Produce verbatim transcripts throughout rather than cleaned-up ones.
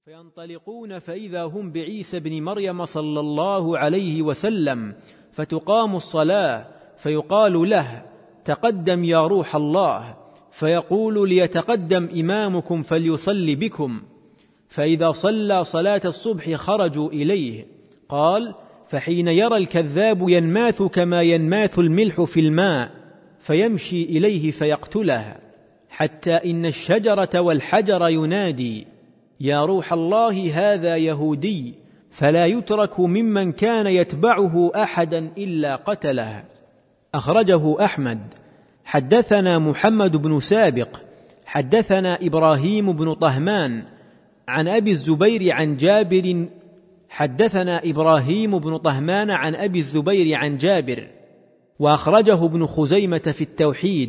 فينطلقون فإذا هم بعيسى بن مريم صلى الله عليه وسلم، فتقام الصلاة فيقال له: تقدم يا روح الله، فيقول: ليتقدم إمامكم فليصلي بكم. فإذا صلى صلاة الصبح خرجوا إليه. قال: فحين يرى الكذاب ينماث كما ينماث الملح في الماء فيمشي إليه فيقتله، حتى إن الشجرة والحجر ينادي: يا روح الله هذا يهودي، فلا يترك ممن كان يتبعه أحدا إلا قتله. أخرجه أحمد. حدثنا محمد بن سابق حدثنا إبراهيم بن طهمان عن أبي الزبير عن جابر حدثنا إبراهيم بن طهمان عن أبي الزبير عن جابر، وأخرجه ابن خزيمة في التوحيد،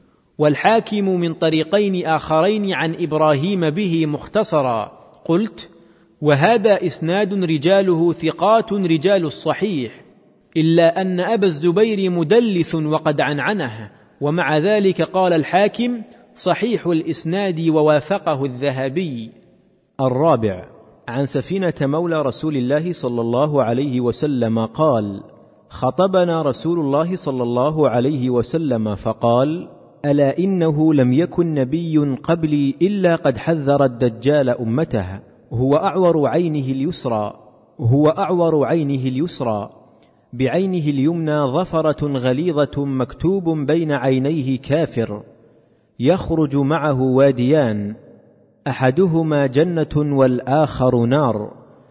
والحاكم من طريقين آخرين عن إبراهيم به مختصرا. قلت: وهذا إسناد رجاله ثقات رجال الصحيح، إلا أن أبا الزبير مدلس وقد عنعنه، ومع ذلك قال الحاكم: صحيح الإسناد ووافقه الذهبي. الرابع، عن سفينة مولى رسول الله صلى الله عليه وسلم قال: خطبنا رسول الله صلى الله عليه وسلم فقال: ألا إنه لم يكن نبي قبلي إلا قد حذر الدجال أمته، هو أعور عينه اليسرى هو أعور عينه اليسرى بعينه اليمنى ظفرة غليظة مكتوب بين عينيه كافر، يخرج معه واديان، أحدهما جنة والآخر نار،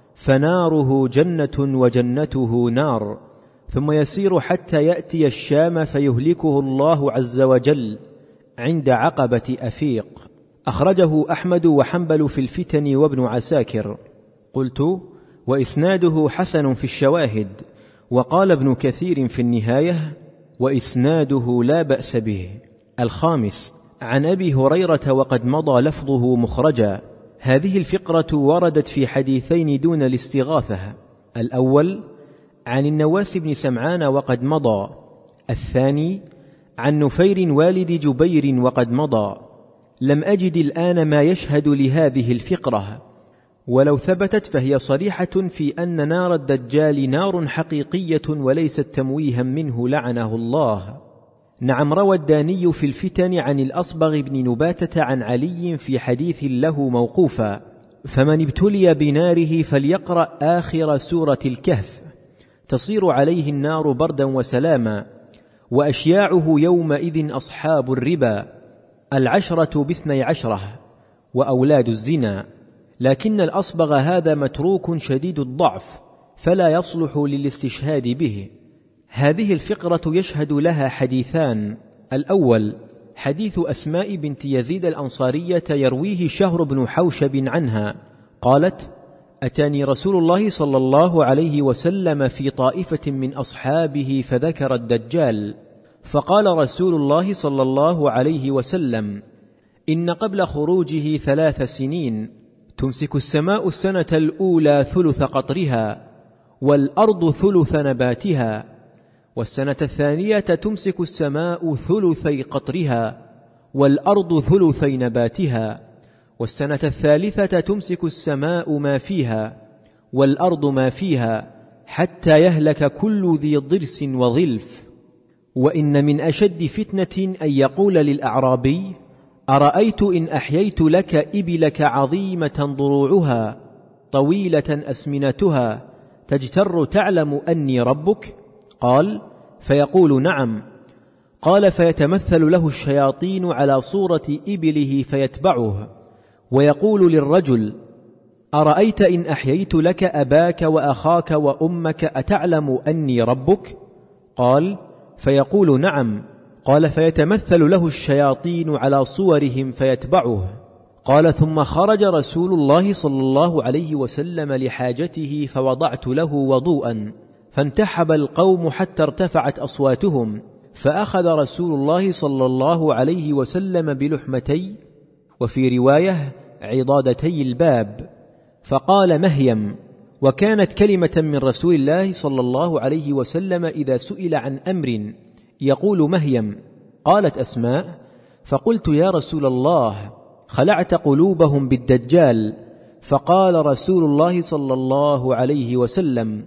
فناره جنة وجنته نار، ثم يسير حتى يأتي الشام فيهلكه الله عز وجل عند عقبة أفيق. أخرجه أحمد وحنبل في الفتن وابن عساكر. قلت: وإسناده حسن في الشواهد. وقال ابن كثير في النهاية: وإسناده لا بأس به. الخامس، عن أبي هريرة وقد مضى لفظه مخرجا. هذه الفقرة وردت في حديثين دون الاستغاثة: الأول عن النواس بن سمعان وقد مضى، الثاني عن نفير والد جبير وقد مضى. لم أجد الآن ما يشهد لهذه الفقرة، ولو ثبتت فهي صريحة في أن نار الدجال نار حقيقية وليست تمويها منه لعنه الله. نعم، روى الداني في الفتن عن الأصبغ بن نباتة عن علي في حديث له موقوفا: فمن ابتلي بناره فليقرأ آخر سورة الكهف، تصير عليه النار بردا وسلاما، وأشياعه يومئذ أصحاب الربا، العشرة باثني عشرة، وأولاد الزنا. لكن الأصبغ هذا متروك شديد الضعف، فلا يصلح للاستشهاد به. هذه الفقرة يشهد لها حديثان: الأول حديث أسماء بنت يزيد الأنصارية يرويه شهر بن حوشب عنها قالت: أتاني رسول الله صلى الله عليه وسلم في طائفة من أصحابه فذكر الدجال، فقال رسول الله صلى الله عليه وسلم: إن قبل خروجه ثلاث سنين تمسك السماء السنة الأولى ثلث قطرها، والأرض ثلث نباتها، والسنة الثانية تمسك السماء ثلثي قطرها، والأرض ثلثي نباتها، والسنة الثالثة تمسك السماء ما فيها، والأرض ما فيها، حتى يهلك كل ذي ضرس وظلف. وإن من أشد فتنة أن يقول للأعرابي: أرأيت إن أحييت لك إبلك عظيمة ضروعها طويلة أسمنتها تجتر تعلم أني ربك؟ قال: فيقول: نعم. قال: فيتمثل له الشياطين على صورة إبله فيتبعه، ويقول للرجل: أرأيت إن أحييت لك أباك وأخاك وأمك أتعلم أني ربك؟ قال: فيقول: نعم. قال: فيتمثل له الشياطين على صورهم فيتبعه. قال: ثم خرج رسول الله صلى الله عليه وسلم لحاجته، فوضعت له وضوءا، فانتحب القوم حتى ارتفعت أصواتهم، فأخذ رسول الله صلى الله عليه وسلم بلحمتي، وفي رواية عضادتي الباب، فقال: مهيم. وكانت كلمة من رسول الله صلى الله عليه وسلم إذا سئل عن أمر يقول مهيم. قالت أسماء: فقلت: يا رسول الله، خلعت قلوبهم بالدجال، فقال رسول الله صلى الله عليه وسلم: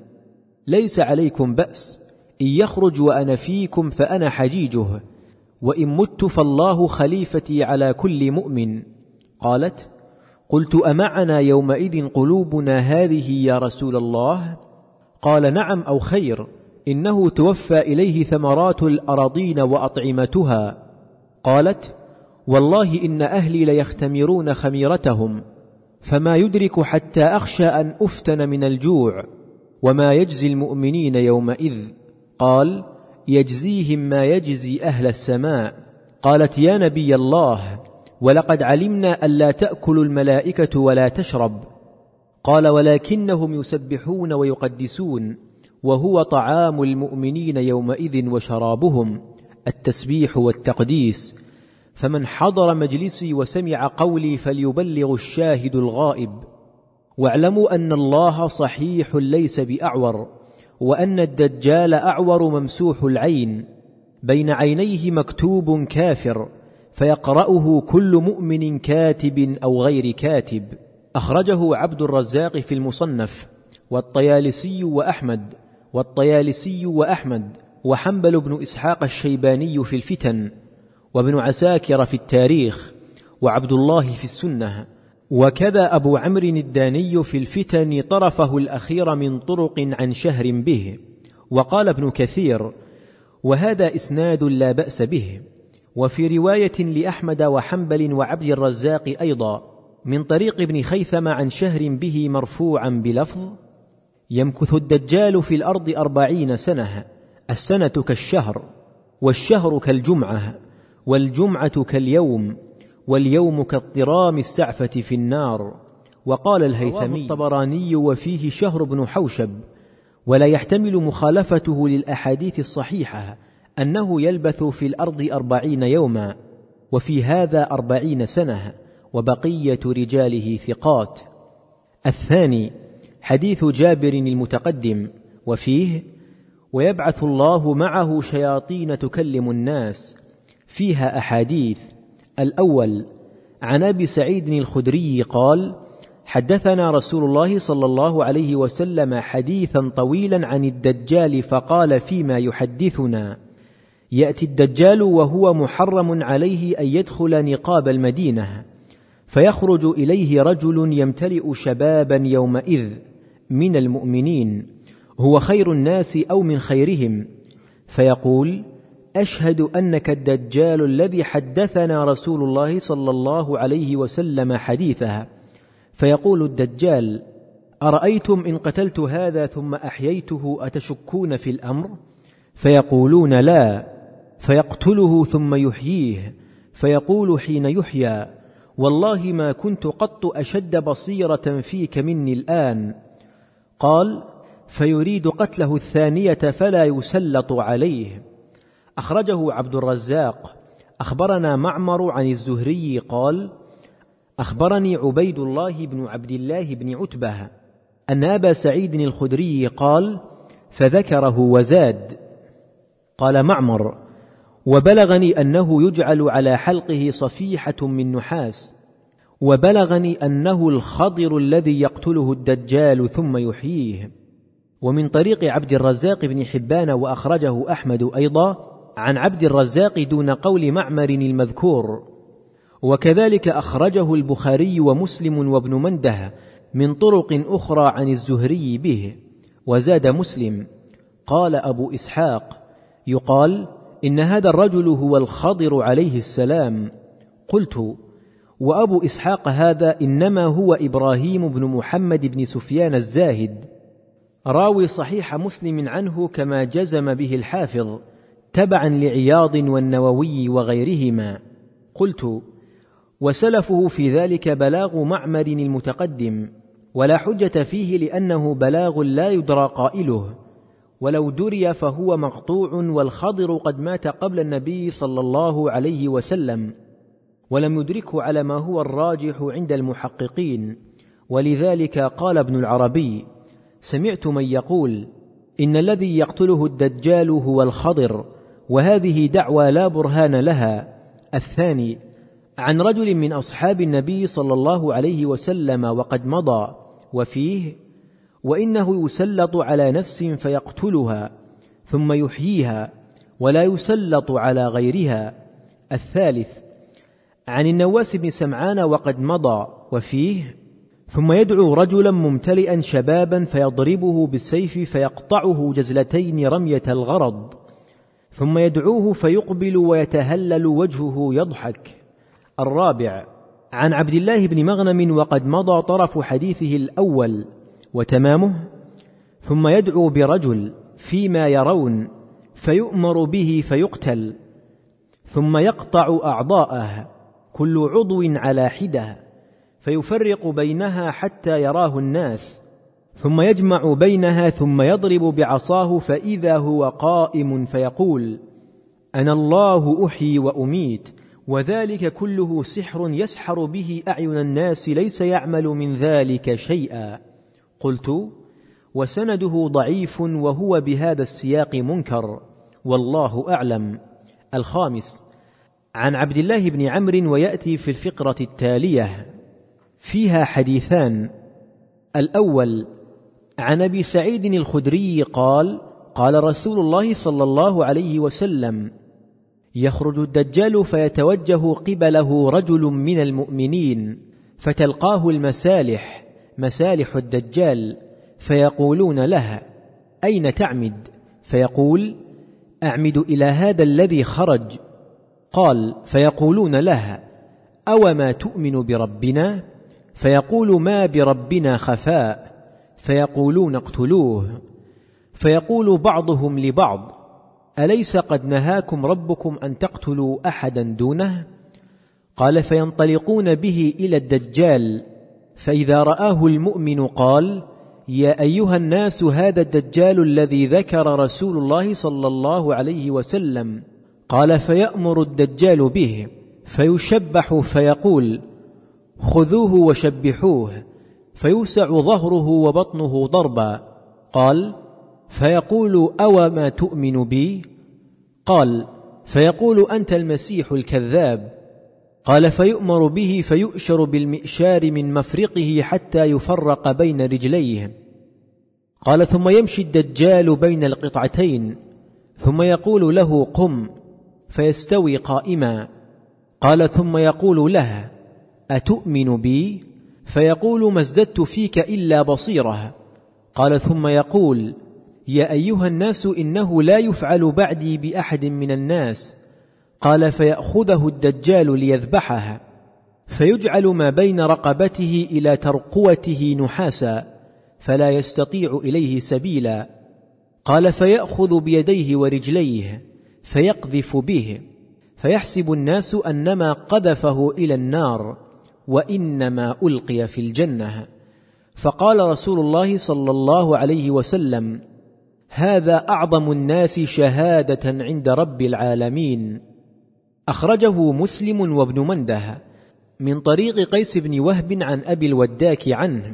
ليس عليكم بأس، إن يخرج وأنا فيكم فأنا حجيجه، وإن مت فالله خليفتي على كل مؤمن. قالت: قلت: أمعنا يومئذ قلوبنا هذه يا رسول الله؟ قال: نعم أو خير، إنه توفى إليه ثمرات الأراضين وأطعمتها. قالت: والله إن أهلي ليختمرون خميرتهم، فما يدرك حتى أخشى أن أفتن من الجوع، وما يجزي المؤمنين يومئذ؟ قال: يجزيهم ما يجزي أهل السماء. قالت: يا نبي الله، ولقد علمنا ألا تأكل الملائكة ولا تشرب. قال: ولكنهم يسبحون ويقدسون، وهو طعام المؤمنين يومئذ وشرابهم، التسبيح والتقديس. فمن حضر مجلسي وسمع قولي فليبلغ الشاهد الغائب. واعلموا أن الله صحيح ليس بأعور، وأن الدجال أعور ممسوح العين، بين عينيه مكتوب كافر، فيقرأه كل مؤمن كاتب أو غير كاتب. أخرجه عبد الرزاق في المصنف، والطيالسي وأحمد والطيالسي وأحمد وحنبل بن إسحاق الشيباني في الفتن، وابن عساكر في التاريخ، وعبد الله في السنة، وكذا أبو عمرو الداني في الفتن طرفه الأخير من طرق عن شهر به. وقال ابن كثير: وهذا إسناد لا بأس به. وفي رواية لأحمد وحنبل وعبد الرزاق أيضا من طريق ابن خيثم عن شهر به مرفوعا بلفظ: يمكث الدجال في الأرض أربعين سنة، السنة كالشهر، والشهر كالجمعة، والجمعة كاليوم، واليوم كاضطرام السعفة في النار. وقال الهيثمي الطبراني: وفيه شهر بن حوشب، ولا يحتمل مخالفته للأحاديث الصحيحة أنه يلبث في الأرض أربعين يوما، وفي هذا أربعين سنة، وبقية رجاله ثقات. الثاني حديث جابر المتقدم، وفيه: ويبعث الله معه شياطين تكلم الناس، فيها أحاديث. الأول عن أبي سعيد الخدري قال: حدثنا رسول الله صلى الله عليه وسلم حديثا طويلا عن الدجال، فقال فيما يحدثنا: يأتي الدجال وهو محرم عليه أن يدخل نقاب المدينة، فيخرج إليه رجل يمتلئ شبابا يومئذ من المؤمنين، هو خير الناس أو من خيرهم، فيقول: أشهد أنك الدجال الذي حدثنا رسول الله صلى الله عليه وسلم حديثها. فيقول الدجال: أرأيتم إن قتلت هذا ثم أحييته أتشكون في الأمر؟ فيقولون: لا. فيقتله ثم يحييه، فيقول حين يحيى: والله ما كنت قط أشد بصيرة فيك مني الآن. قال: فيريد قتله الثانية فلا يسلط عليه. أخرجه عبد الرزاق. أخبرنا معمر عن الزهري قال: أخبرني عبيد الله بن عبد الله بن عتبة أن أبا سعيد الخدري قال: فذكره وزاد. قال معمر: وبلغني أنه يجعل على حلقه صفيحة من نحاس، وبلغني أنه الخضر الذي يقتله الدجال ثم يحييه. ومن طريق عبد الرزاق بن حبان، وأخرجه أحمد أيضا عن عبد الرزاق دون قول معمر المذكور. وكذلك أخرجه البخاري ومسلم وابن منده من طرق أخرى عن الزهري به. وزاد مسلم: قال أبو إسحاق: يقال إن هذا الرجل هو الخضر عليه السلام. قلت: وأبو إسحاق هذا إنما هو إبراهيم بن محمد بن سفيان الزاهد، راوي صحيح مسلم عنه، كما جزم به الحافظ، تبعا لعياض والنووي وغيرهما. قلت: وسلفه في ذلك بلاغ معمر المتقدم، ولا حجة فيه لأنه بلاغ لا يدرى قائله، ولو دري فهو مقطوع، والخضر قد مات قبل النبي صلى الله عليه وسلم، ولم يدركه على ما هو الراجح عند المحققين. ولذلك قال ابن العربي: سمعت من يقول إن الذي يقتله الدجال هو الخضر، وهذه دعوى لا برهان لها. الثاني عن رجل من أصحاب النبي صلى الله عليه وسلم وقد مضى، وفيه: وإنه يسلط على نفس فيقتلها ثم يحييها ولا يسلط على غيرها. الثالث عن النواس بن سمعان وقد مضى، وفيه: ثم يدعو رجلا ممتلئا شبابا فيضربه بالسيف فيقطعه جزلتين رمية الغرض، ثم يدعوه فيقبل ويتهلل وجهه يضحك. الرابع عن عبد الله بن مغنم وقد مضى طرف حديثه الأول وتمامه: ثم يدعو برجل فيما يرون فيؤمر به فيقتل، ثم يقطع أعضاءه كل عضو على حدة فيفرق بينها حتى يراه الناس، ثم يجمع بينها ثم يضرب بعصاه فإذا هو قائم فيقول: أنا الله أحيي وأميت، وذلك كله سحر يسحر به أعين الناس ليس يعمل من ذلك شيئا. قلت: وسنده ضعيف وهو بهذا السياق منكر، والله أعلم. الخامس عن عبد الله بن عمرو، ويأتي في الفقرة التالية، فيها حديثان. الأول عن أبي سعيد الخدري قال: قال رسول الله صلى الله عليه وسلم: يخرج الدجال فيتوجه قبله رجل من المؤمنين فتلقاه المسالح مسالح الدجال فيقولون له: أين تعمد؟ فيقول: أعمد إلى هذا الذي خرج. قال: فيقولون له: أو ما تؤمن بربنا؟ فيقول: ما بربنا خفاء. فيقولون: اقتلوه. فيقول بعضهم لبعض: أليس قد نهاكم ربكم أن تقتلوا أحدا دونه؟ قال: فينطلقون به إلى الدجال، فإذا رآه المؤمن قال: يا أيها الناس، هذا الدجال الذي ذكر رسول الله صلى الله عليه وسلم. قال: فيأمر الدجال به فيشبح فيقول: خذوه وشبحوه، فيوسع ظهره وبطنه ضربا. قال: فيقول: أو ما تؤمن بي؟ قال: فيقول: أنت المسيح الكذاب. قال: فيؤمر به فيؤشر بالمئشار من مفرقه حتى يفرق بين رجليه. قال: ثم يمشي الدجال بين القطعتين، ثم يقول له: قم، فيستوي قائما. قال: ثم يقول له: أتؤمن بي؟ فيقول: ما ازددت فيك إلا بصيرة. قال: ثم يقول: يا أيها الناس، إنه لا يفعل بعدي بأحد من الناس. قال: فيأخذه الدجال ليذبحه، فيجعل ما بين رقبته إلى ترقوته نحاسا، فلا يستطيع إليه سبيلا. قال: فيأخذ بيديه ورجليه فيقذف به، فيحسب الناس أنما قذفه إلى النار، وإنما ألقي في الجنة. فقال رسول الله صلى الله عليه وسلم: هذا أعظم الناس شهادة عند رب العالمين. أخرجه مسلم وابن منده من طريق قيس بن وهب عن أبي الوداك عنه،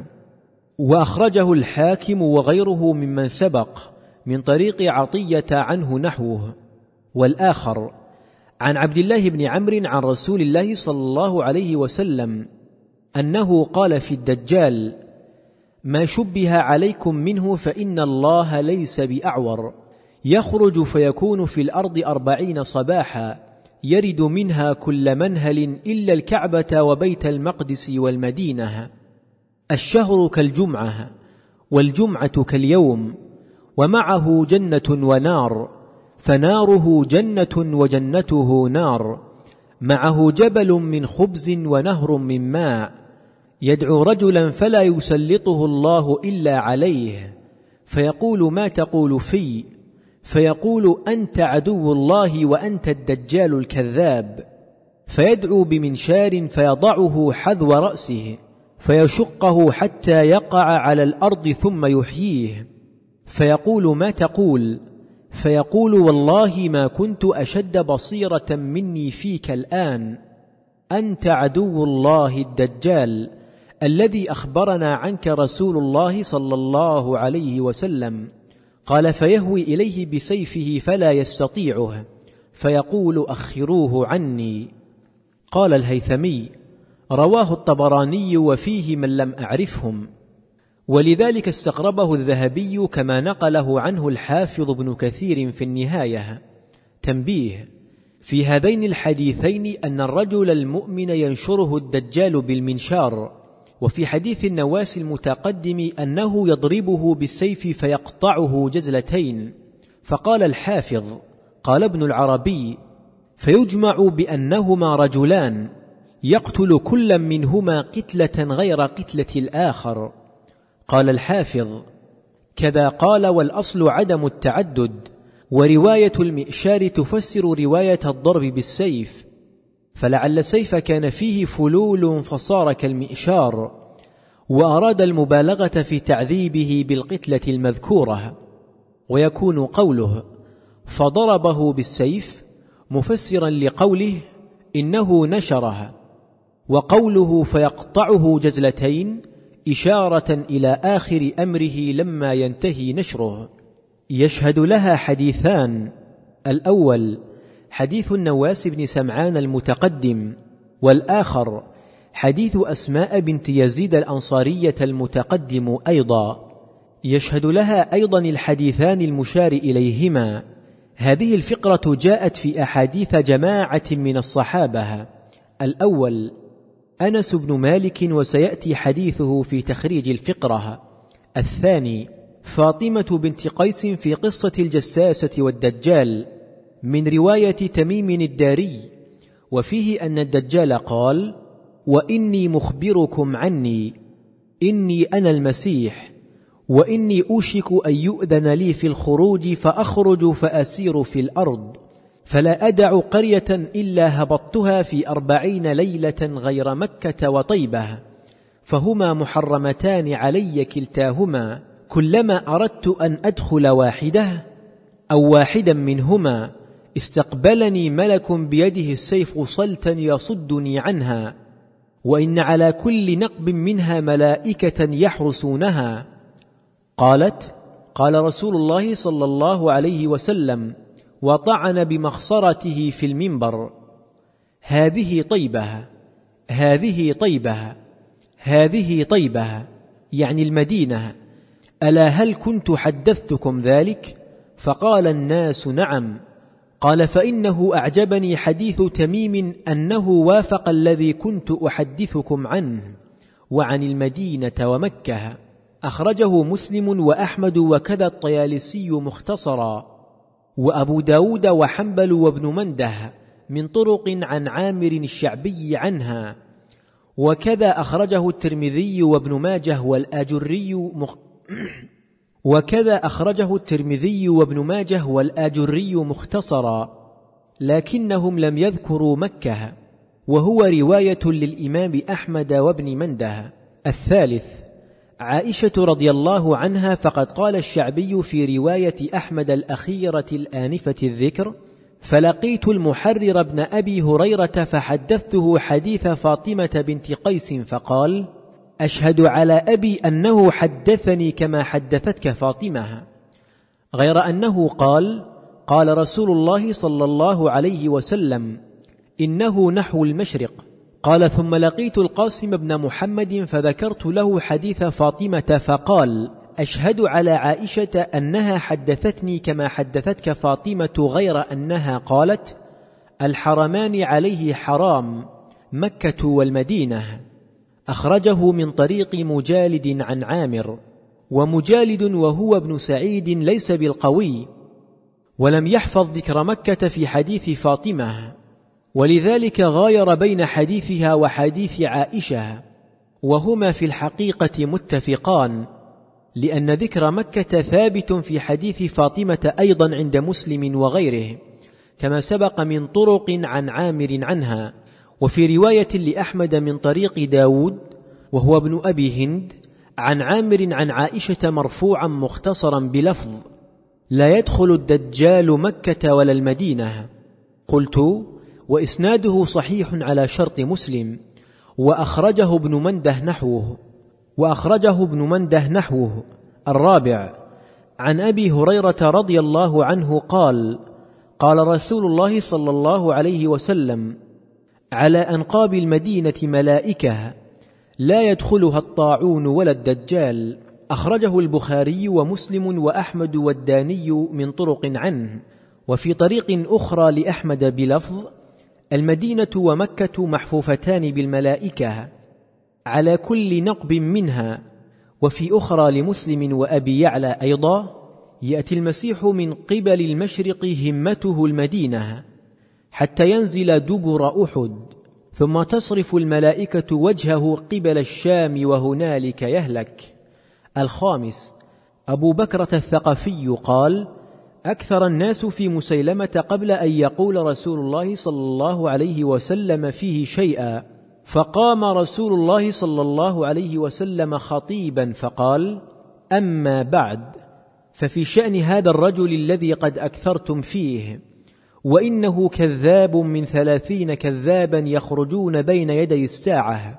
وأخرجه الحاكم وغيره ممن سبق من طريق عطية عنه نحوه. والآخر عن عبد الله بن عمرو عن رسول الله صلى الله عليه وسلم أنه قال في الدجال: ما شبه عليكم منه فإن الله ليس بأعور، يخرج فيكون في الأرض أربعين صباحا، يرد منها كل منهل إلا الكعبة وبيت المقدس والمدينة. الشهر كالجمعة، والجمعة كاليوم، ومعه جنة ونار، فناره جنة وجنته نار، معه جبل من خبز ونهر من ماء، يدعو رجلا فلا يسلطه الله إلا عليه، فيقول: ما تقول في؟ فيقول: أنت عدو الله وأنت الدجال الكذاب. فيدعو بمنشار فيضعه حذو رأسه فيشقه حتى يقع على الأرض ثم يحييه، فيقول: ما تقول؟ فيقول: والله ما كنت أشد بصيرة مني فيك الآن، أنت عدو الله الدجال الذي أخبرنا عنك رسول الله صلى الله عليه وسلم. قال: فيهوي إليه بسيفه فلا يستطيعه، فيقول: أخروه عني. قال الهيثمي: رواه الطبراني وفيه من لم أعرفهم، ولذلك استقربه الذهبي كما نقله عنه الحافظ ابن كثير في النهاية. تنبيه: في هذين الحديثين أن الرجل المؤمن ينشره الدجال بالمنشار، وفي حديث النواس المتقدم أنه يضربه بالسيف فيقطعه جزلتين. فقال الحافظ: قال ابن العربي: فيجمع بأنهما رجلان يقتل كل منهما قتلة غير قتلة الآخر. قال الحافظ: كذا قال، والأصل عدم التعدد، ورواية المئشار تفسر رواية الضرب بالسيف، فلعل السيف كان فيه فلول فصار كالمئشار، وأراد المبالغة في تعذيبه بالقتلة المذكورة. ويكون قوله فضربه بالسيف مفسرا لقوله إنه نشره، وقوله فيقطعه جزلتين إشارة إلى آخر أمره لما ينتهي نشره. يشهد لها حديثان: الأول حديث النواس بن سمعان المتقدم، والآخر حديث أسماء بنت يزيد الأنصارية المتقدم أيضا. يشهد لها أيضا الحديثان المشار إليهما. هذه الفقرة جاءت في أحاديث جماعة من الصحابة: الأول أنس بن مالك، وسيأتي حديثه في تخريج الفقرة. الثاني فاطمة بنت قيس في قصة الجساسة والدجال من رواية تميم الداري، وفيه أن الدجال قال: وإني مخبركم عني، إني أنا المسيح، وإني أوشك أن يؤذن لي في الخروج فأخرج فأسير في الأرض، فلا أدع قرية إلا هبطتها في أربعين ليلة غير مكة وطيبة، فهما محرمتان علي كلتاهما، كلما أردت أن أدخل واحدة أو واحدا منهما استقبلني ملك بيده السيف صلتا يصدني عنها، وإن على كل نقب منها ملائكة يحرسونها. قالت: قال رسول الله صلى الله عليه وسلم، وطعن بمخصرته في المنبر: هذه طيبة، هذه طيبة، هذه طيبة، يعني المدينة، ألا هل كنت حدثتكم ذلك؟ فقال الناس: نعم. قال: فإنه أعجبني حديث تميم أنه وافق الذي كنت أحدثكم عنه، وعن المدينة ومكة. أخرجه مسلم وأحمد وكذا الطيالسي مختصرا، وأبو داود وحنبل وابن منده من طرق عن عامر الشعبي عنها، وكذا أخرجه الترمذي وابن ماجه والآجري مخ... وكذا أخرجه الترمذي وابن ماجه والآجري مختصرا، لكنهم لم يذكروا مكة، وهو رواية للإمام أحمد وابن منده. الثالث عائشة رضي الله عنها، فقد قال الشعبي في رواية أحمد الأخيرة الآنفة الذكر: فلقيت المحرر بن أبي هريرة فحدثته حديث فاطمة بنت قيس، فقال: أشهد على أبي أنه حدثني كما حدثتك فاطمة، غير أنه قال: قال رسول الله صلى الله عليه وسلم: إنه نحو المشرق. قال: ثم لقيت القاسم بن محمد فذكرت له حديث فاطمة، فقال: أشهد على عائشة أنها حدثتني كما حدثتك فاطمة، غير أنها قالت: الحرمان عليه حرام، مكة والمدينة. أخرجه من طريق مجالد عن عامر، ومجالد وهو ابن سعيد ليس بالقوي، ولم يحفظ ذكر مكة في حديث فاطمة، ولذلك غاير بين حديثها وحديث عائشة، وهما في الحقيقة متفقان، لأن ذكر مكة ثابت في حديث فاطمة أيضا عند مسلم وغيره، كما سبق من طرق عن عامر عنها. وفي رواية لأحمد من طريق داود وهو ابن أبي هند عن عامر عن عائشة مرفوعا مختصرا بلفظ: لا يدخل الدجال مكة ولا المدينة. قلت: وإسناده صحيح على شرط مسلم، وأخرجه ابن منده نحوه وأخرجه ابن منده نحوه. الرابع عن أبي هريرة رضي الله عنه قال: قال رسول الله صلى الله عليه وسلم: على أنقاب المدينة ملائكة لا يدخلها الطاعون ولا الدجال. أخرجه البخاري ومسلم وأحمد والداني من طرق عنه. وفي طريق أخرى لأحمد بلفظ: المدينة ومكة محفوفتان بالملائكة على كل نقب منها. وفي أخرى لمسلم وأبي يعلى أيضا: يأتي المسيح من قبل المشرق همته المدينة حتى ينزل دبر أحد، ثم تصرف الملائكة وجهه قبل الشام وهنالك يهلك. الخامس: أبو بكرة الثقفي قال: أكثر الناس في مسيلمة قبل أن يقول رسول الله صلى الله عليه وسلم فيه شيئا، فقام رسول الله صلى الله عليه وسلم خطيبا فقال: أما بعد، ففي شأن هذا الرجل الذي قد أكثرتم فيه، وإنه كذاب من ثلاثين كذابا يخرجون بين يدي الساعة،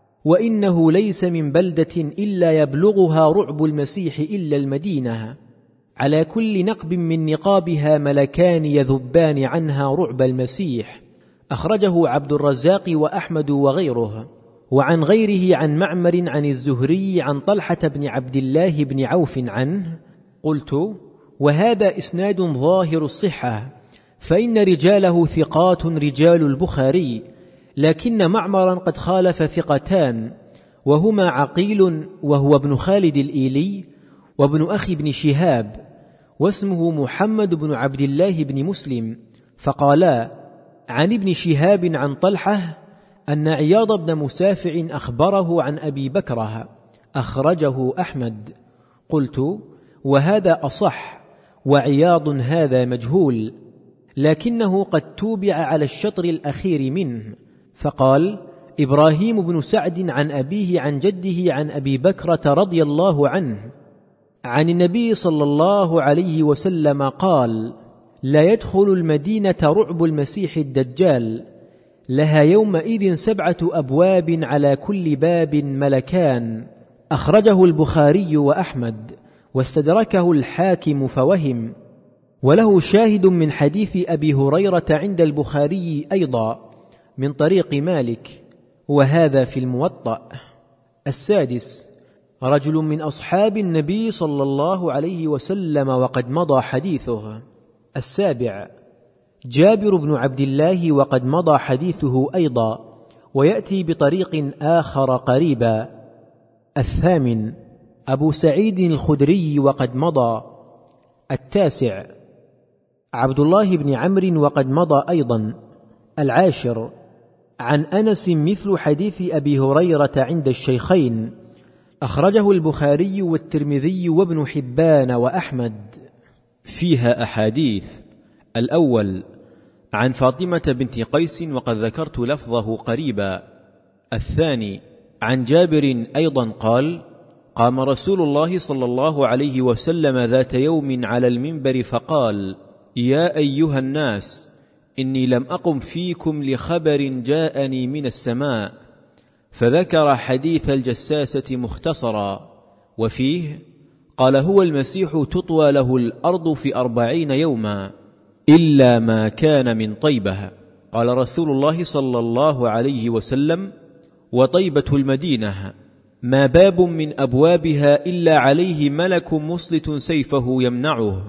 وإنه ليس من بلدة إلا يبلغها رعب المسيح إلا المدينة، على كل نقب من نقابها ملكان يذبان عنها رعب المسيح. أخرجه عبد الرزاق وأحمد وغيره. وعن غيره عن معمر عن الزهري عن طلحة بن عبد الله بن عوف عنه. قلت: وهذا إسناد ظاهر الصحة، فإن رجاله ثقات رجال البخاري، لكن معمرا قد خالف ثقتان، وهما عقيل وهو ابن خالد الإيلي، وابن أخي بن شهاب، واسمه محمد بن عبد الله بن مسلم. فقالا عن ابن شهاب عن طلحة أن عياض بن مسافع أخبره عن أبي بكرة. أخرجه أحمد. قلت: وهذا أصح، وعياض هذا مجهول، لكنه قد توبع على الشطر الأخير منه. فقال: إبراهيم بن سعد عن أبيه عن جده عن أبي بكرة رضي الله عنه عن النبي صلى الله عليه وسلم قال: لا يدخل المدينة رعب المسيح الدجال، لها يومئذ سبعة أبواب على كل باب ملكان. أخرجه البخاري وأحمد، واستدركه الحاكم فوهم. وله شاهد من حديث أبي هريرة عند البخاري أيضا من طريق مالك، وهذا في الموطأ. السادس: رجل من أصحاب النبي صلى الله عليه وسلم وقد مضى حديثه. السابع: جابر بن عبد الله وقد مضى حديثه أيضا، ويأتي بطريق آخر قريبا. الثامن: أبو سعيد الخدري وقد مضى. التاسع: عبد الله بن عمرو وقد مضى أيضا. العاشر: عن أنس مثل حديث أبي هريرة عند الشيخين. أخرجه البخاري والترمذي وابن حبان وأحمد. فيها أحاديث. الأول: عن فاطمة بنت قيس وقد ذكرت لفظه قريبا. الثاني: عن جابر أيضا قال: قام رسول الله صلى الله عليه وسلم ذات يوم على المنبر فقال: يا أيها الناس، إني لم أقم فيكم لخبر جاءني من السماء. فذكر حديث الجساسة مختصرا، وفيه قال: هو المسيح تطوى له الأرض في أربعين يوما إلا ما كان من طيبة. قال رسول الله صلى الله عليه وسلم: وطيبة المدينة ما باب من أبوابها إلا عليه ملك مسلط سيفه يمنعه،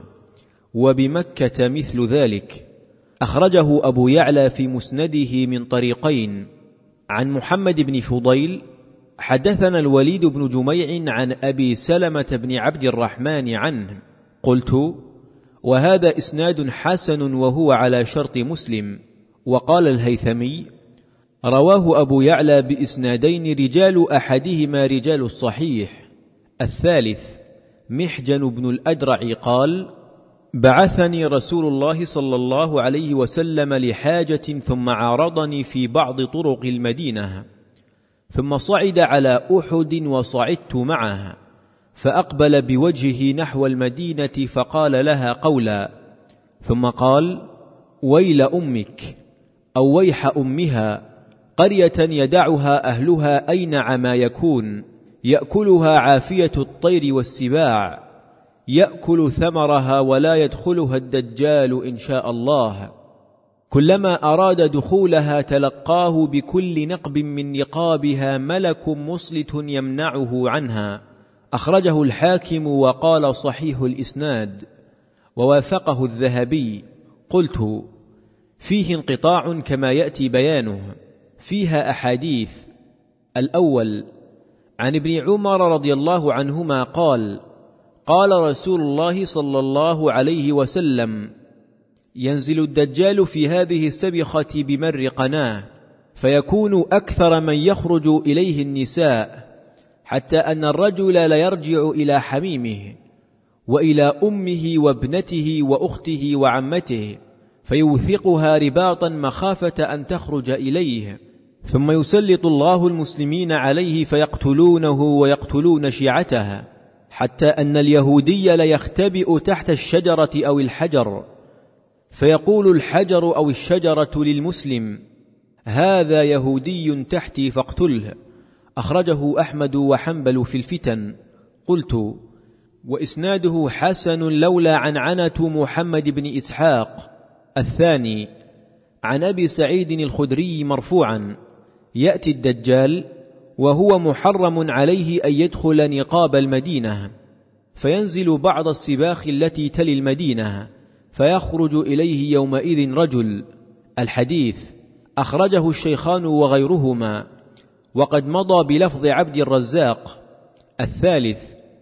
وبمكة مثل ذلك. أخرجه أبو يعلى في مسنده من طريقين. عن محمد بن فضيل حدثنا الوليد بن جميع عن أبي سلمة بن عبد الرحمن عنه. قلت: وهذا إسناد حسن وهو على شرط مسلم. وقال الهيثمي: رواه أبو يعلى بإسنادين رجال أحدهما رجال الصحيح. الثالث: محجن بن الأدرع قال: بعثني رسول الله صلى الله عليه وسلم لحاجة، ثم عارضني في بعض طرق المدينة، ثم صعد على أحد وصعدت معه، فأقبل بوجهه نحو المدينة فقال لها قولا، ثم قال: ويل أمك، أو ويح أمها، قرية يدعها أهلها أينع ما يكون، يأكلها عافية الطير والسباع، يأكل ثمرها ولا يدخلها الدجال إن شاء الله. كلما أراد دخولها تلقاه بكل نقب من نقابها ملك مصلت يمنعه عنها. أخرجه الحاكم وقال صحيح الإسناد، ووافقه الذهبي. قلت: فيه انقطاع كما يأتي بيانه، فيها أحاديث. الأول عن ابن عمر رضي الله عنهما قال: قال رسول الله صلى الله عليه وسلم: ينزل الدجال في هذه السبخة بمر قناه، فيكون أكثر من يخرج إليه النساء، حتى أن الرجل ليرجع إلى حميمه وإلى أمه وابنته وأخته وعمته، فيوثقها رباطا مخافة أن تخرج إليه، ثم يسلط الله المسلمين عليه فيقتلونه ويقتلون شيعته، حتى أن اليهودي ليختبئ تحت الشجرة أو الحجر، فيقول الحجر أو الشجرة للمسلم: هذا يهودي تحتي فاقتله. أخرجه أحمد وحنبل في الفتن. قلت: وإسناده حسن لولا عنعنة محمد بن إسحاق. الثاني عن أبي سعيد الخدري مرفوعا: يأتي الدجال وهو محرم عليه أن يدخل نقاب المدينة، فينزل بعض السباخ التي تلي المدينة، فيخرج إليه يومئذ رجل. الحديث أخرجه الشيخان وغيرهما، وقد مضى بلفظ عبد الرزاق. الثالث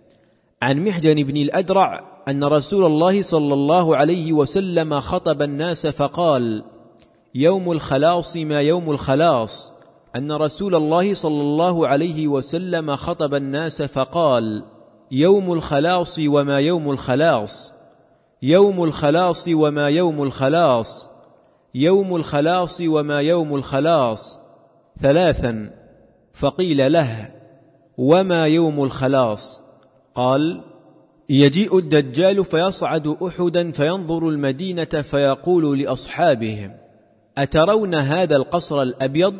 عن محجن بن الأدرع أن رسول الله صلى الله عليه وسلم خطب الناس فقال: يوم الخلاص ما يوم الخلاص. أن رسول الله صلى الله عليه وسلم خطب الناس فقال: يوم الخلاص وما يوم الخلاص، يوم الخلاص وما يوم الخلاص، يوم الخلاص وما يوم الخلاص. ثلاثا. فقيل له: وما يوم الخلاص؟ قال: يجيء الدجال فيصعد أحدا فينظر المدينة فيقول لأصحابه: أترون هذا القصر الأبيض؟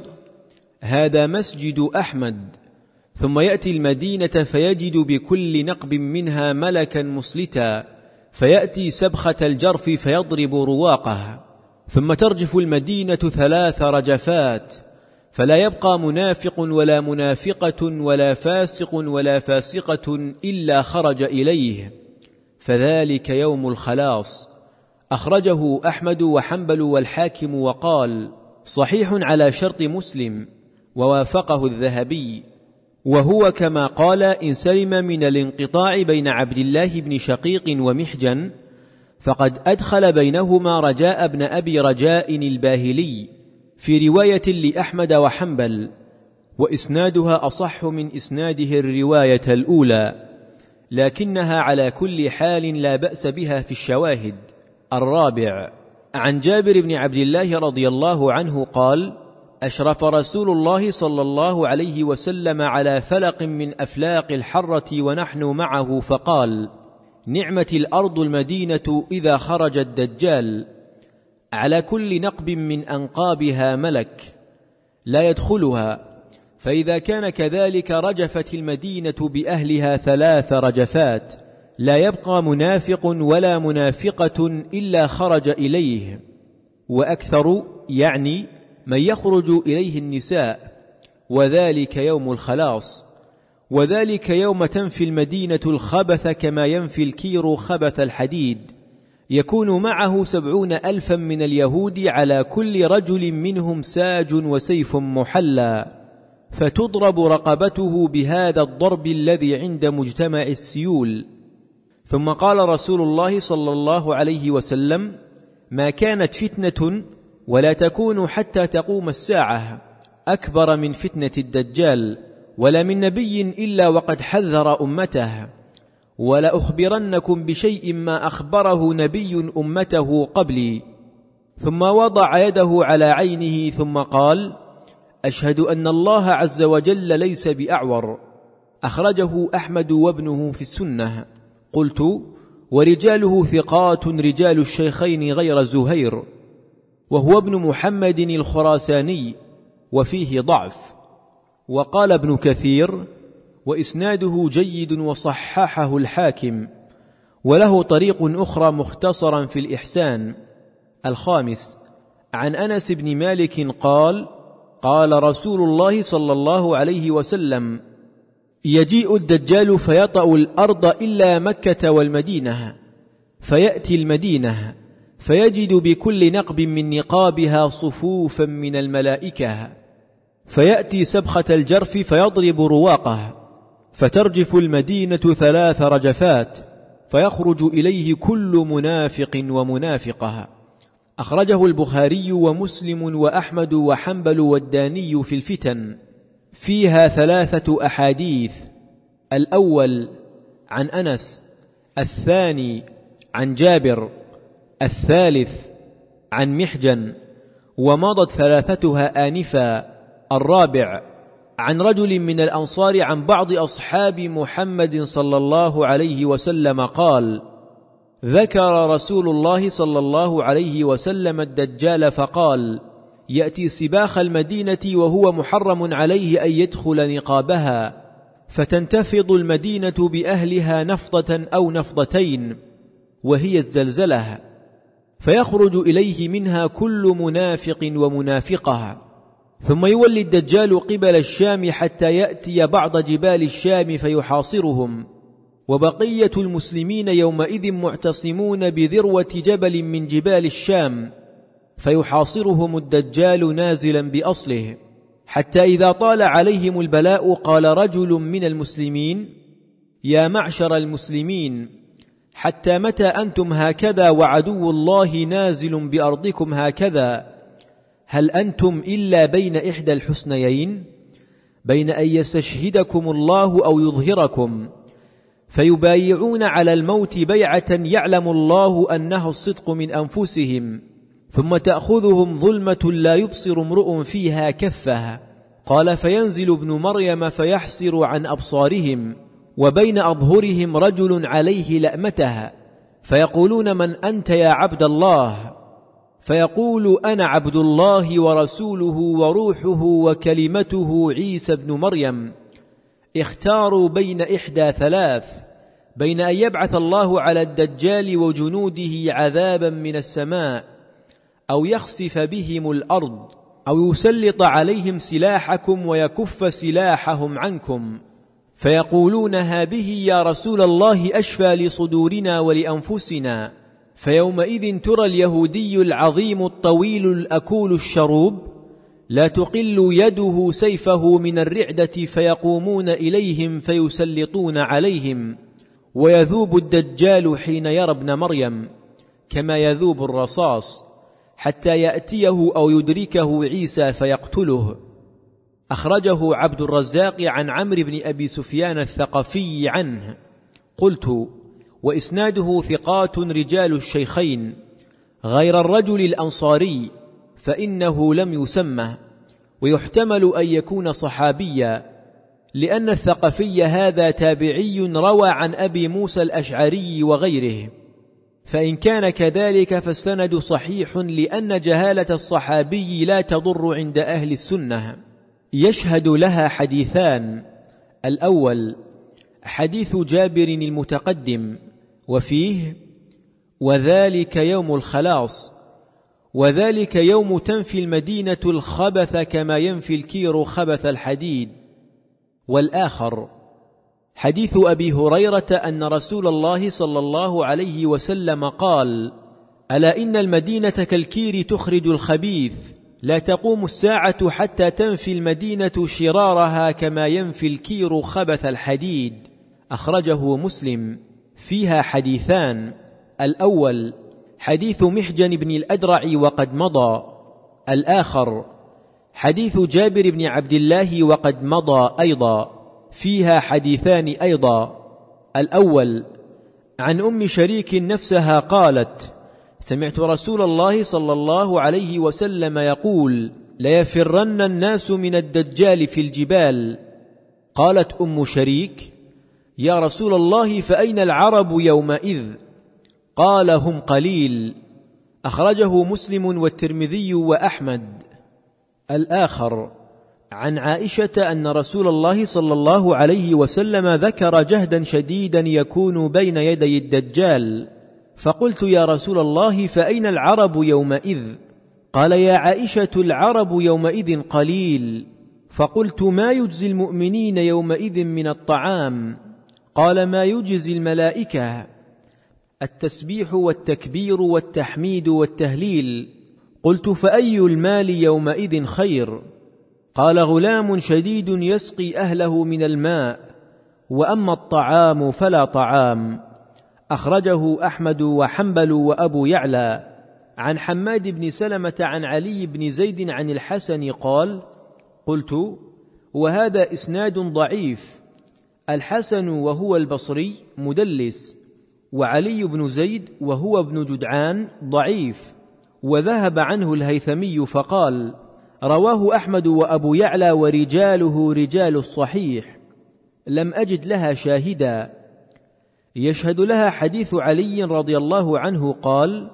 هذا مسجد أحمد. ثم يأتي المدينة فيجد بكل نقب منها ملكا مسلتا، فيأتي سبخة الجرف فيضرب رواقها، ثم ترجف المدينة ثلاث رجفات، فلا يبقى منافق ولا منافقة ولا فاسق ولا فاسقة إلا خرج إليه، فذلك يوم الخلاص. أخرجه أحمد وحنبل والحاكم وقال: صحيح على شرط مسلم، ووافقه الذهبي. وهو كما قال إن سلم من الانقطاع بين عبد الله بن شقيق ومحجن، فقد أدخل بينهما رجاء بن أبي رجاء الباهلي في رواية لأحمد وحنبل، وإسنادها أصح من إسناده الرواية الأولى، لكنها على كل حال لا بأس بها في الشواهد. الرابع عن جابر بن عبد الله رضي الله عنه قال: أشرف رسول الله صلى الله عليه وسلم على فلق من أفلاق الحرة ونحن معه، فقال: نعمة الأرض المدينة إذا خرج الدجال، على كل نقب من أنقابها ملك لا يدخلها، فإذا كان كذلك رجفت المدينة بأهلها ثلاث رجفات، لا يبقى منافق ولا منافقة إلا خرج إليه، وأكثر يعني من يخرج إليه النساء، وذلك يوم الخلاص. وذلك يوم تنفي المدينة الخبث كما ينفي الكير خبث الحديد، يكون معه سبعون ألفا من اليهود على كل رجل منهم ساج وسيف محلى، فتضرب رقبته بهذا الضرب الذي عند مجتمع السيول. ثم قال رسول الله صلى الله عليه وسلم: ما كانت فتنة ولا تكون حتى تقوم الساعة أكبر من فتنة الدجال، ولا من نبي إلا وقد حذر أمته، ولا أخبرنكم بشيء ما أخبره نبي أمته قبلي. ثم وضع يده على عينه ثم قال: أشهد أن الله عز وجل ليس بأعور. أخرجه أحمد وابنه في السنة. قلت: ورجاله ثقات رجال الشيخين غير زهير، وهو ابن محمد الخراساني، وفيه ضعف. وقال ابن كثير: وإسناده جيد وصححه الحاكم، وله طريق أخرى مختصرا في الإحسان. الخامس عن أنس بن مالك قال: قال رسول الله صلى الله عليه وسلم: يجيء الدجال فيطأ الأرض إلا مكة والمدينة، فيأتي المدينة فيجد بكل نقب من نقابها صفوفا من الملائكة، فيأتي سبخة الجرف فيضرب رواقه، فترجف المدينة ثلاث رجفات، فيخرج إليه كل منافق ومنافقة. أخرجه البخاري ومسلم وأحمد وحنبل والداني في الفتن، فيها ثلاثة أحاديث: الأول عن أنس، الثاني عن جابر، الثالث عن محجن، ومضت ثلاثتها آنفا. الرابع عن رجل من الأنصار عن بعض أصحاب محمد صلى الله عليه وسلم قال: ذكر رسول الله صلى الله عليه وسلم الدجال فقال: يأتي سباخ المدينة وهو محرم عليه أن يدخل نقابها، فتنتفض المدينة بأهلها نفضة أو نفضتين، وهي الزلزلة، فيخرج إليه منها كل منافق ومنافقة. ثم يولي الدجال قبل الشام حتى يأتي بعض جبال الشام فيحاصرهم، وبقية المسلمين يومئذ معتصمون بذروة جبل من جبال الشام، فيحاصرهم الدجال نازلا بأصله، حتى إذا طال عليهم البلاء قال رجل من المسلمين: يا معشر المسلمين، حتى متى أنتم هكذا وعدو الله نازل بأرضكم هكذا؟ هل أنتم إلا بين إحدى الحسنيين، بين أن يستشهدكم الله أو يظهركم؟ فيبايعون على الموت بيعة يعلم الله أنه الصدق من أنفسهم، ثم تأخذهم ظلمة لا يبصر امرؤ فيها كفها. قال: فينزل ابن مريم فيحسر عن أبصارهم، وبين أظهرهم رجل عليه لأمتها، فيقولون: من أنت يا عبد الله؟ فيقول: أنا عبد الله ورسوله وروحه وكلمته عيسى ابن مريم. اختاروا بين إحدى ثلاث: بين أن يبعث الله على الدجال وجنوده عذابا من السماء، أو يخسف بهم الأرض، أو يسلط عليهم سلاحكم ويكف سلاحهم عنكم. فيقولون: هذه يا رسول الله أشفى لصدورنا ولأنفسنا. فيومئذ ترى اليهودي العظيم الطويل الأكول الشروب لا تقل يده سيفه من الرعدة، فيقومون إليهم فيسلطون عليهم، ويذوب الدجال حين يرى ابن مريم كما يذوب الرصاص، حتى يأتيه أو يدركه عيسى فيقتله. أخرجه عبد الرزاق عن عمرو بن أبي سفيان الثقفي عنه. قلت: وإسناده ثقات رجال الشيخين غير الرجل الأنصاري، فإنه لم يسمه، ويحتمل أن يكون صحابيا، لأن الثقفي هذا تابعي روى عن أبي موسى الأشعري وغيره، فإن كان كذلك فالسند صحيح، لأن جهالة الصحابي لا تضر عند أهل السنة. يشهد لها حديثان: الأول حديث جابر المتقدم، وفيه: وذلك يوم الخلاص، وذلك يوم تنفي المدينة الخبث كما ينفي الكير خبث الحديد. والآخر حديث أبي هريرة أن رسول الله صلى الله عليه وسلم قال: ألا إن المدينة كالكير تخرج الخبيث، لا تقوم الساعة حتى تنفي المدينة شرارها كما ينفي الكير خبث الحديد. أخرجه مسلم. فيها حديثان: الأول حديث محجن بن الأدرع وقد مضى، الآخر حديث جابر بن عبد الله وقد مضى أيضا. فيها حديثان أيضا: الأول عن أم شريك نفسها قالت: سمعت رسول الله صلى الله عليه وسلم يقول: ليفرن الناس من الدجال في الجبال. قالت أم شريك: يا رسول الله فأين العرب يومئذ؟ قال: هم قليل. أخرجه مسلم والترمذي وأحمد. الآخر عن عائشة أن رسول الله صلى الله عليه وسلم ذكر جهدا شديدا يكون بين يدي الدجال، فقلت: يا رسول الله فأين العرب يومئذ؟ قال: يا عائشة، العرب يومئذ قليل. فقلت: ما يجزي المؤمنين يومئذ من الطعام؟ قال: ما يجزي الملائكة، التسبيح والتكبير والتحميد والتهليل. قلت: فأي المال يومئذ خير؟ قال: غلام شديد يسقي أهله من الماء، وأما الطعام فلا طعام. أخرجه أحمد وحنبل وأبو يعلى. عن حماد بن سلمة عن علي بن زيد عن الحسن قال: قلت: وهذا إسناد ضعيف. الحسن وهو البصري مدلس، وعلي بن زيد وهو ابن جدعان ضعيف. وذهب عنه الهيثمي فقال: رواه أحمد وأبو يعلى ورجاله رجال الصحيح، لم أجد لها شاهدا. يشهد لها حديث علي رضي الله عنه قال: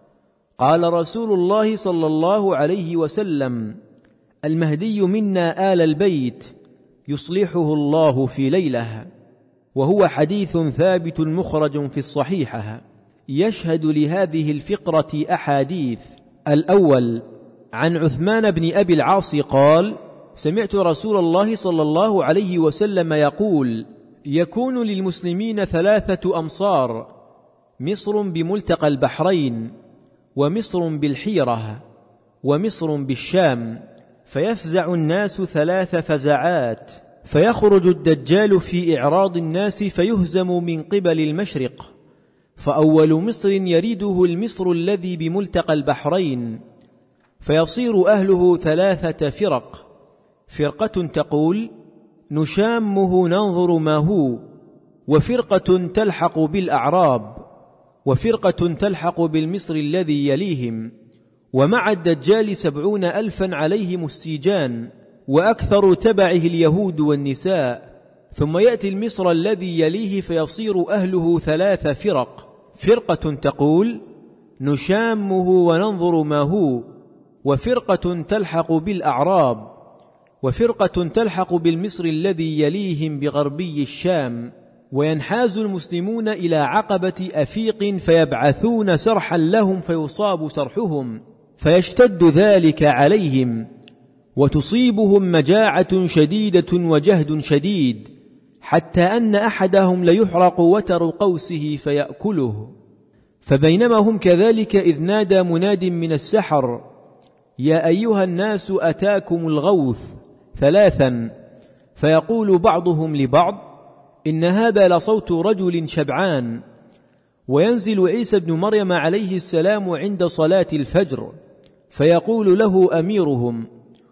قال رسول الله صلى الله عليه وسلم: المهدي منا آل البيت يصلحه الله في ليلة. وهو حديث ثابت مخرج في الصحيحة. يشهد لهذه الفقرة أحاديث. الأول: عن عثمان بن أبي العاص قال: سمعت رسول الله صلى الله عليه وسلم يقول: يكون للمسلمين ثلاثة أمصار، مصر بملتقى البحرين، ومصر بالحيرة، ومصر بالشام، فيفزع الناس ثلاث فزعات، فيخرج الدجال في إعراض الناس فيهزم من قبل المشرق، فأول مصر يريده المصر الذي بملتقى البحرين، فيصير أهله ثلاثة فرق: فرقة تقول: نشامه ننظر ما هو، وفرقة تلحق بالأعراب، وفرقة تلحق بالمصر الذي يليهم. ومع الدجال سبعون ألفا عليهم السيجان، وأكثر تبعه اليهود والنساء. ثم يأتي المصر الذي يليه فيصير أهله ثلاث فرق: فرقة تقول: نشامه وننظر ما هو، وفرقة تلحق بالأعراب، وفرقة تلحق بالمصر الذي يليهم بغربي الشام. وينحاز المسلمون إلى عقبة أفيق فيبعثون سرحا لهم فيصاب سرحهم، فيشتد ذلك عليهم، وتصيبهم مجاعة شديدة وجهد شديد، حتى أن أحدهم ليحرق وتر قوسه فيأكله. فبينما هم كذلك إذ نادى مناد من السحر: يا أيها الناس أتاكم الغوث ثلاثا. فيقول بعضهم لبعض: إن هذا لصوت رجل شبعان. وينزل عيسى بن مريم عليه السلام عند صلاة الفجر، فيقول له أميرهم: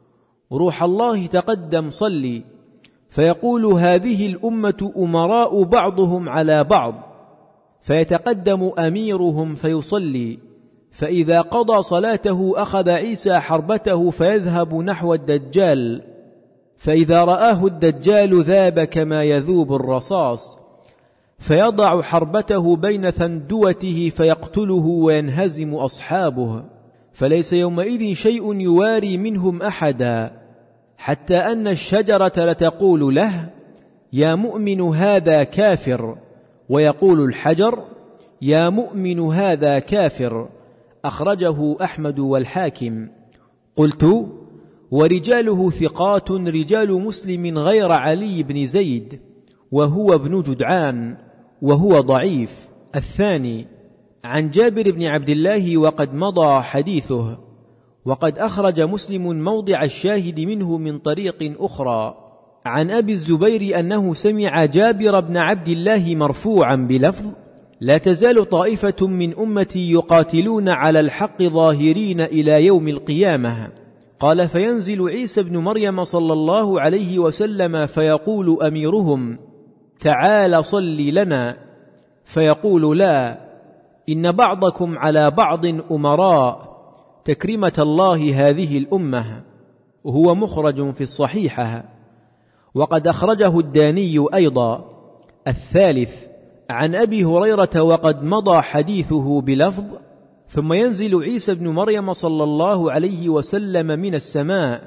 روح الله تقدم صلي. فيقول: هذه الأمة أمراء بعضهم على بعض. فيتقدم أميرهم فيصلي، فإذا قضى صلاته أخذ عيسى حربته فيذهب نحو الدجال، فإذا رآه الدجال ذاب كما يذوب الرصاص، فيضع حربته بين ثندوته فيقتله وينهزم أصحابه، فليس يومئذ شيء يواري منهم أحدا، حتى أن الشجرة لتقول له: يا مؤمن هذا كافر، ويقول الحجر: يا مؤمن هذا كافر. أخرجه أحمد والحاكم. قلت: ورجاله ثقات رجال مسلم غير علي بن زيد، وهو ابن جدعان، وهو ضعيف. الثاني: عن جابر بن عبد الله وقد مضى حديثه، وقد أخرج مسلم موضع الشاهد منه من طريق أخرى. عن أبي الزبير أنه سمع جابر بن عبد الله مرفوعا بلفظ: لا تزال طائفة من أمتي يقاتلون على الحق ظاهرين إلى يوم القيامة. قال: فينزل عيسى بن مريم صلى الله عليه وسلم فيقول أميرهم: تعال صل لنا. فيقول: لا، إن بعضكم على بعض أمراء، تكريمة الله هذه الأمة. وهو مخرج في الصحيحة، وقد أخرجه الداني أيضا. الثالث: عن أبي هريرة وقد مضى حديثه بلفظ: ثم ينزل عيسى بن مريم صلى الله عليه وسلم من السماء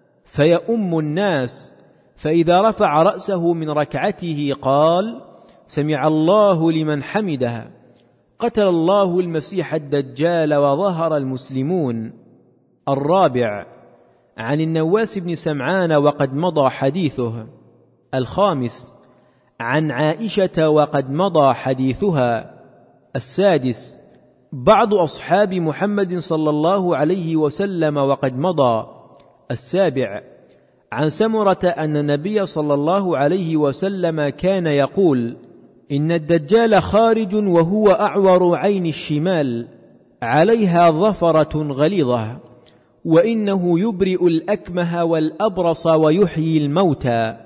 فيؤم الناس، فإذا رفع رأسه من ركعته قال: سمع الله لمن حمده. قتل الله المسيح الدجال وظهر المسلمون. الرابع عن النواس بن سمعان وقد مضى حديثه. الخامس عن عائشة وقد مضى حديثها. السادس بعض أصحاب محمد صلى الله عليه وسلم وقد مضى. السابع عن سمرة أن النبي صلى الله عليه وسلم كان يقول: إن الدجال خارج وهو أعور عين الشمال عليها ظفرة غليظة، وإنه يبرئ الأكمه والأبرص ويحيي الموتى،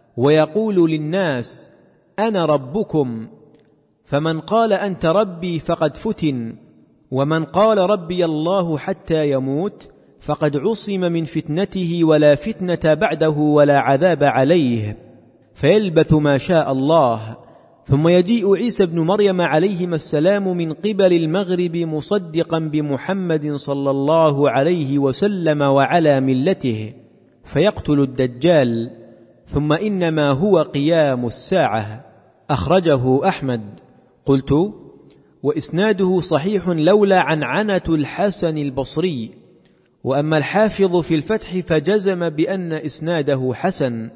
ويقول للناس: أنا ربكم، فمن قال أنت ربي فقد فتن، ومن قال ربي الله حتى يموت فقد عصم من فتنته، ولا فتنة بعده ولا عذاب عليه، فيلبث ما شاء الله. ثم يجيء عيسى بن مريم عليهما السلام من قبل المغرب مصدقا بمحمد صلى الله عليه وسلم وعلى ملته، فيقتل الدجال، ثم إنما هو قيام الساعة. أخرجه أحمد. قلت: وإسناده صحيح لولا عنعنة الحسن البصري. وأما الحافظ في الفتح فجزم بأن إسناده حسن.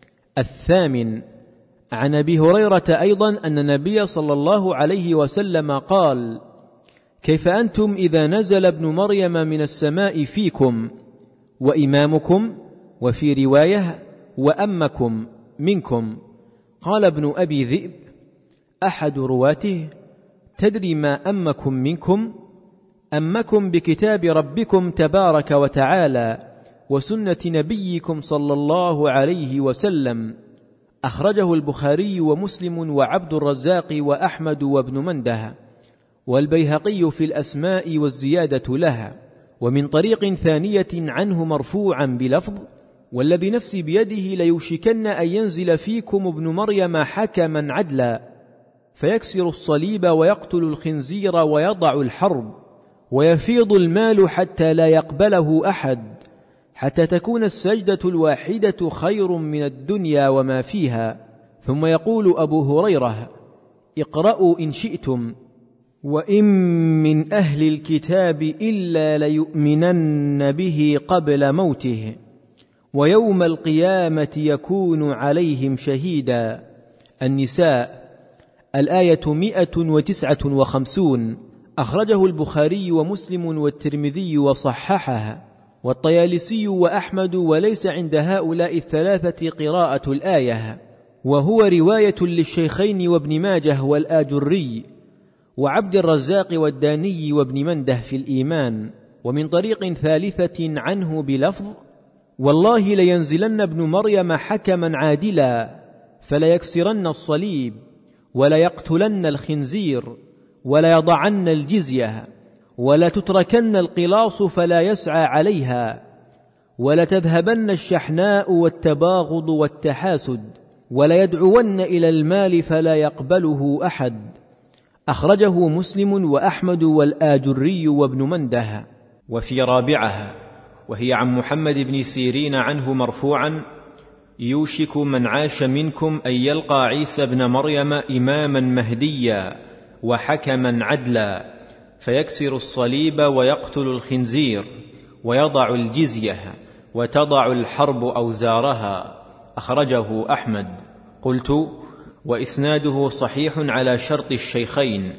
الثامن عن أبي هريرة أيضا أن النبي صلى الله عليه وسلم قال: كيف أنتم إذا نزل ابن مريم من السماء فيكم وإمامكم، وفي رواية وأمكم منكم؟ قال ابن أبي ذئب أحد رواته: تدري ما أمكم منكم؟ أمكم بكتاب ربكم تبارك وتعالى وسنة نبيكم صلى الله عليه وسلم. أخرجه البخاري ومسلم وعبد الرزاق وأحمد وابن منده، والبيهقي في الأسماء والزيادة لها. ومن طريق ثانية عنه مرفوعا بلفظ: والذي نفسي بيده ليوشكن أن ينزل فيكم ابن مريم حكما عدلا، فيكسر الصليب ويقتل الخنزير ويضع الحرب، ويفيض المال حتى لا يقبله أحد، حتى تكون السجدة الواحدة خير من الدنيا وما فيها. ثم يقول أبو هريرة: اقرأوا إن شئتم: وإن من أهل الكتاب إلا ليؤمنن به قبل موته، ويوم القيامة يكون عليهم شهيدا. النساء الآية مئة وتسعة وخمسون. أخرجه البخاري ومسلم والترمذي وصححه، والطيالسي وأحمد، وليس عند هؤلاء الثلاثة قراءة الآية، وهو رواية للشيخين وابن ماجه والآجري وعبد الرزاق والداني وابن منده في الإيمان. ومن طريق ثالثة عنه بلفظ: والله لينزلن ابن مريم حكما عادلا، فليكسرن الصليب، وليقتلن الخنزير، وليضعن الجزية، ولتتركن القلاص فلا يسعى عليها، ولتذهبن الشحناء والتباغض والتحاسد، وليدعون إلى المال فلا يقبله أحد. أخرجه مسلم وأحمد والآجري وابن منده. وفي رابعها وهي عن محمد بن سيرين عنه مرفوعا: يوشك من عاش منكم أن يلقى عيسى بن مريم إماما مهديا وحكما عدلا، فيكسر الصليب ويقتل الخنزير ويضع الجزية وتضع الحرب أوزارها. أخرجه أحمد. قلت: وإسناده صحيح على شرط الشيخين.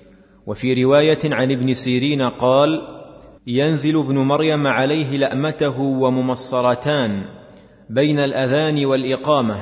وفي رواية عن ابن سيرين قال: ينزل ابن مريم عليه لأمته وممصرتان بين الأذان والإقامة،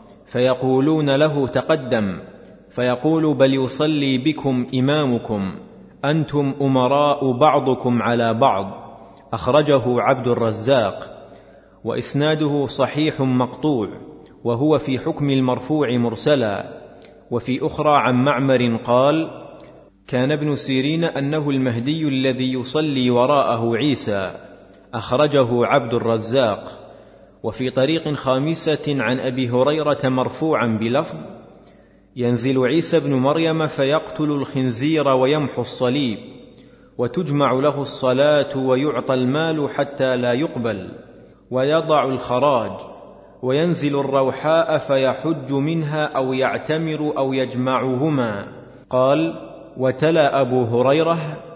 فيقولون له: تقدم، فيقول: بل يصلي بكم إمامكم، أنتم أمراء بعضكم على بعض. أخرجه عبد الرزاق. وإسناده صحيح مقطوع، وهو في حكم المرفوع مرسلا. وفي أخرى عن معمر قال: كان ابن سيرين أنه المهدي الذي يصلي وراءه عيسى. أخرجه عبد الرزاق. وفي طريق خامسة عن أبي هريرة مرفوعا بلفظ: ينزل عيسى بن مريم فيقتل الخنزير ويمحو الصليب، وتجمع له الصلاة ويعطى المال حتى لا يقبل، ويضع الخراج، وينزل الروحاء فيحج منها أو يعتمر أو يجمعهما. قال: وتلا أبو هريرة: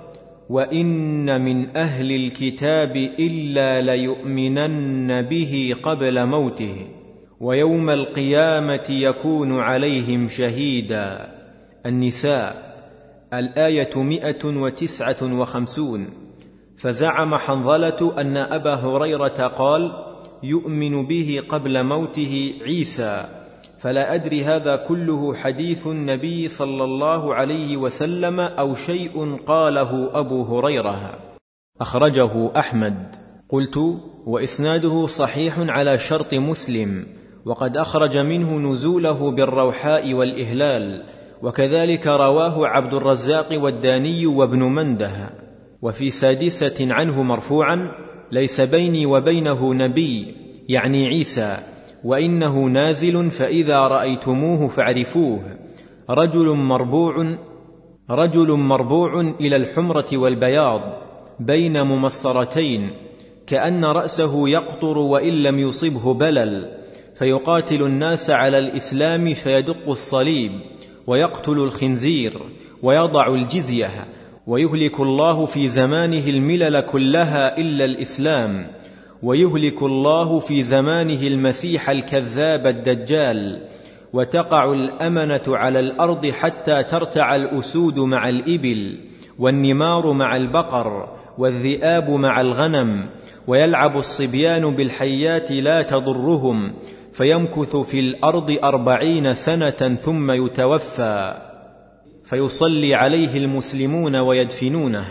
وإن من أهل الكتاب إلا ليؤمنن به قبل موته ويوم القيامة يكون عليهم شهيدا. النساء الآية مئة وتسعة وخمسون. فزعم حنظلة أن أبا هريرة قال يؤمن به قبل موته عيسى، فلا أدري هذا كله حديث النبي صلى الله عليه وسلم أو شيء قاله أبو هريرة. أخرجه أحمد. قلت: وإسناده صحيح على شرط مسلم، وقد أخرج منه نزوله بالروحاء والإهلال، وكذلك رواه عبد الرزاق والداني وابن منده. وفي سادسة عنه مرفوعا: ليس بيني وبينه نبي، يعني عيسى، وإنه نازل فإذا رأيتموه فاعرفوه، رجل مربوع رجل مربوع إلى الحمرة والبياض بين ممصرتين، كأن رأسه يقطر وإن لم يصبه بلل، فيقاتل الناس على الإسلام فيدق الصليب ويقتل الخنزير ويضع الجزية، ويهلك الله في زمانه الملل كلها إلا الإسلام، ويهلك الله في زمانه المسيح الكذاب الدجال، وتقع الأمنة على الأرض حتى ترتع الأسود مع الإبل، والنمار مع البقر، والذئاب مع الغنم، ويلعب الصبيان بالحيات لا تضرهم، فيمكث في الأرض أربعين سنة ثم يتوفى، فيصلي عليه المسلمون ويدفنونه.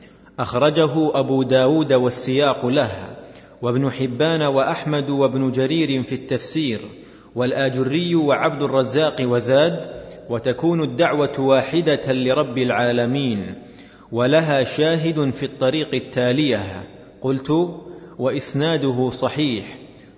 أخرجه أبو داود والسياق له، وابن حبان وأحمد وابن جرير في التفسير، والآجري وعبد الرزاق وزاد: وتكون الدعوة واحدة لرب العالمين، ولها شاهد في الطريق التالية. قلت: وإسناده صحيح،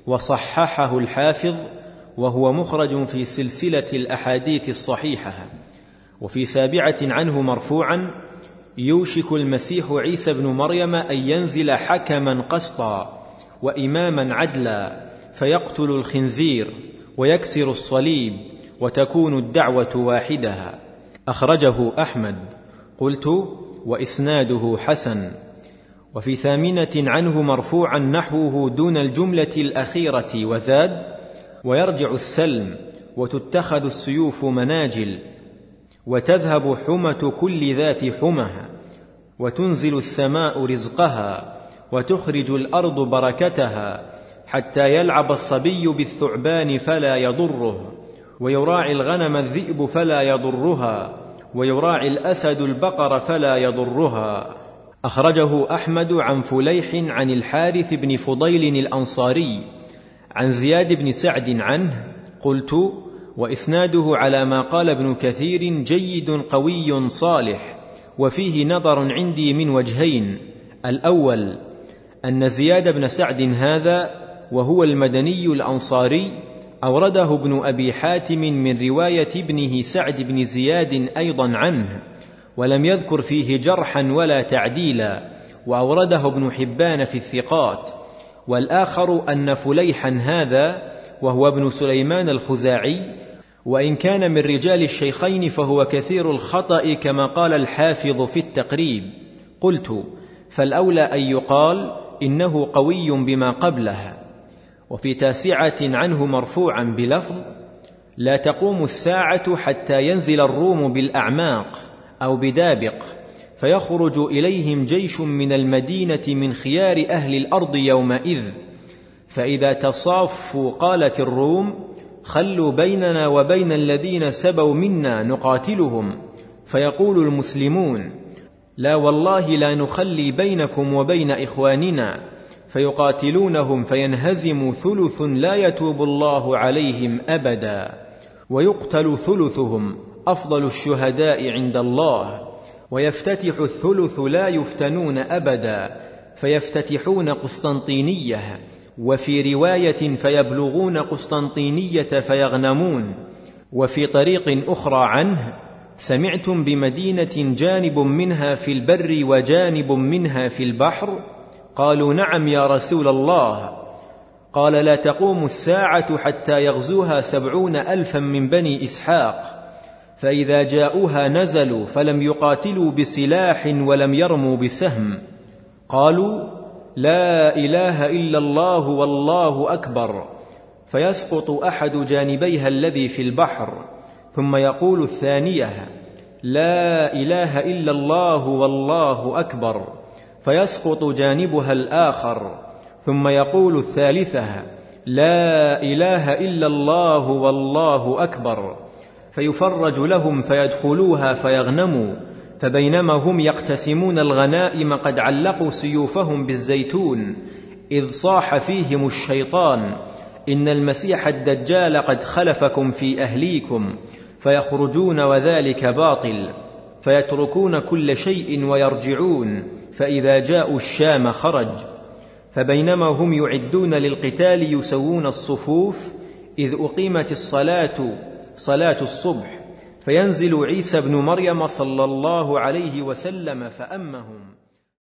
وصححه الحافظ، وهو مخرج في سلسلة الأحاديث الصحيحة. وفي سابعة عنه مرفوعا: يوشك المسيح عيسى بن مريم أن ينزل حكما قسطا وإماما عدلا، فيقتل الخنزير ويكسر الصليب، وتكون الدعوة واحدة. أخرجه أحمد. قلت: وإسناده حسن. وفي ثامنة عنه مرفوعا نحوه دون الجملة الأخيرة، وزاد: ويرجع السلم، وتتخذ السيوف مناجل، وتذهب حمة كل ذات حمة، وتنزل السماء رزقها، وتخرج الأرض بركتها، حتى يلعب الصبي بالثعبان فلا يضره، ويراعي الغنم الذئب فلا يضرها، ويراعي الأسد البقر فلا يضرها. أخرجه أحمد عن فليح عن الحارث بن فضيل الأنصاري عن زياد بن سعد عنه. قلت: وإسناده على ما قال ابن كثير جيد قوي صالح، وفيه نظر عندي من وجهين: الأول أن زياد بن سعد هذا وهو المدني الأنصاري أورده ابن أبي حاتم من رواية ابنه سعد بن زياد أيضا عنه، ولم يذكر فيه جرحا ولا تعديلا، وأورده ابن حبان في الثقات. والآخر أن فليحا هذا وهو ابن سليمان الخزاعي، وإن كان من رجال الشيخين فهو كثير الخطأ كما قال الحافظ في التقريب. قلت: فالأولى أن يقال إنه قوي بما قبله. وفي تاسعة عنه مرفوعا بلفظ: لا تقوم الساعة حتى ينزل الروم بالأعماق أو بدابق، فيخرج إليهم جيش من المدينة من خيار أهل الأرض يومئذ، فإذا تصافوا قالت الروم: خلوا بيننا وبين الذين سبوا منا نقاتلهم، فيقول المسلمون: لا والله لا نخلي بينكم وبين إخواننا، فيقاتلونهم فينهزم ثلث لا يتوب الله عليهم أبدا، ويقتل ثلثهم أفضل الشهداء عند الله، ويفتتح الثلث لا يفتنون أبدا، فيفتتحون قسطنطينية، وفي رواية فيبلغون قسطنطينية فيغنمون. وفي طريق أخرى عنه: سمعتم بمدينة جانب منها في البر وجانب منها في البحر؟ قالوا: نعم يا رسول الله. قال: لا تقوم الساعة حتى يغزوها سبعون ألفا من بني إسحاق، فإذا جاءوها نزلوا فلم يقاتلوا بسلاح ولم يرموا بسهم، قالوا: لا إله إلا الله والله أكبر، فيسقط أحد جانبيها الذي في البحر، ثم يقول الثانية: لا إله إلا الله والله أكبر، فيسقط جانبها الآخر، ثم يقول الثالثة: لا إله إلا الله والله أكبر، فيفرج لهم فيدخلوها فيغنموا. فبينما هم يقتسمون الغنائم قد علقوا سيوفهم بالزيتون، إذ صاح فيهم الشيطان: إن المسيح الدجال قد خلفكم في أهليكم، فيخرجون وذلك باطل، فيتركون كل شيء ويرجعون، فإذا جاءوا الشام خرج. فبينما هم يعدون للقتال يسوون الصفوف، إذ أقيمت الصلاة صلاة الصبح، فينزل عيسى ابن مريم صلى الله عليه وسلم فأمهم.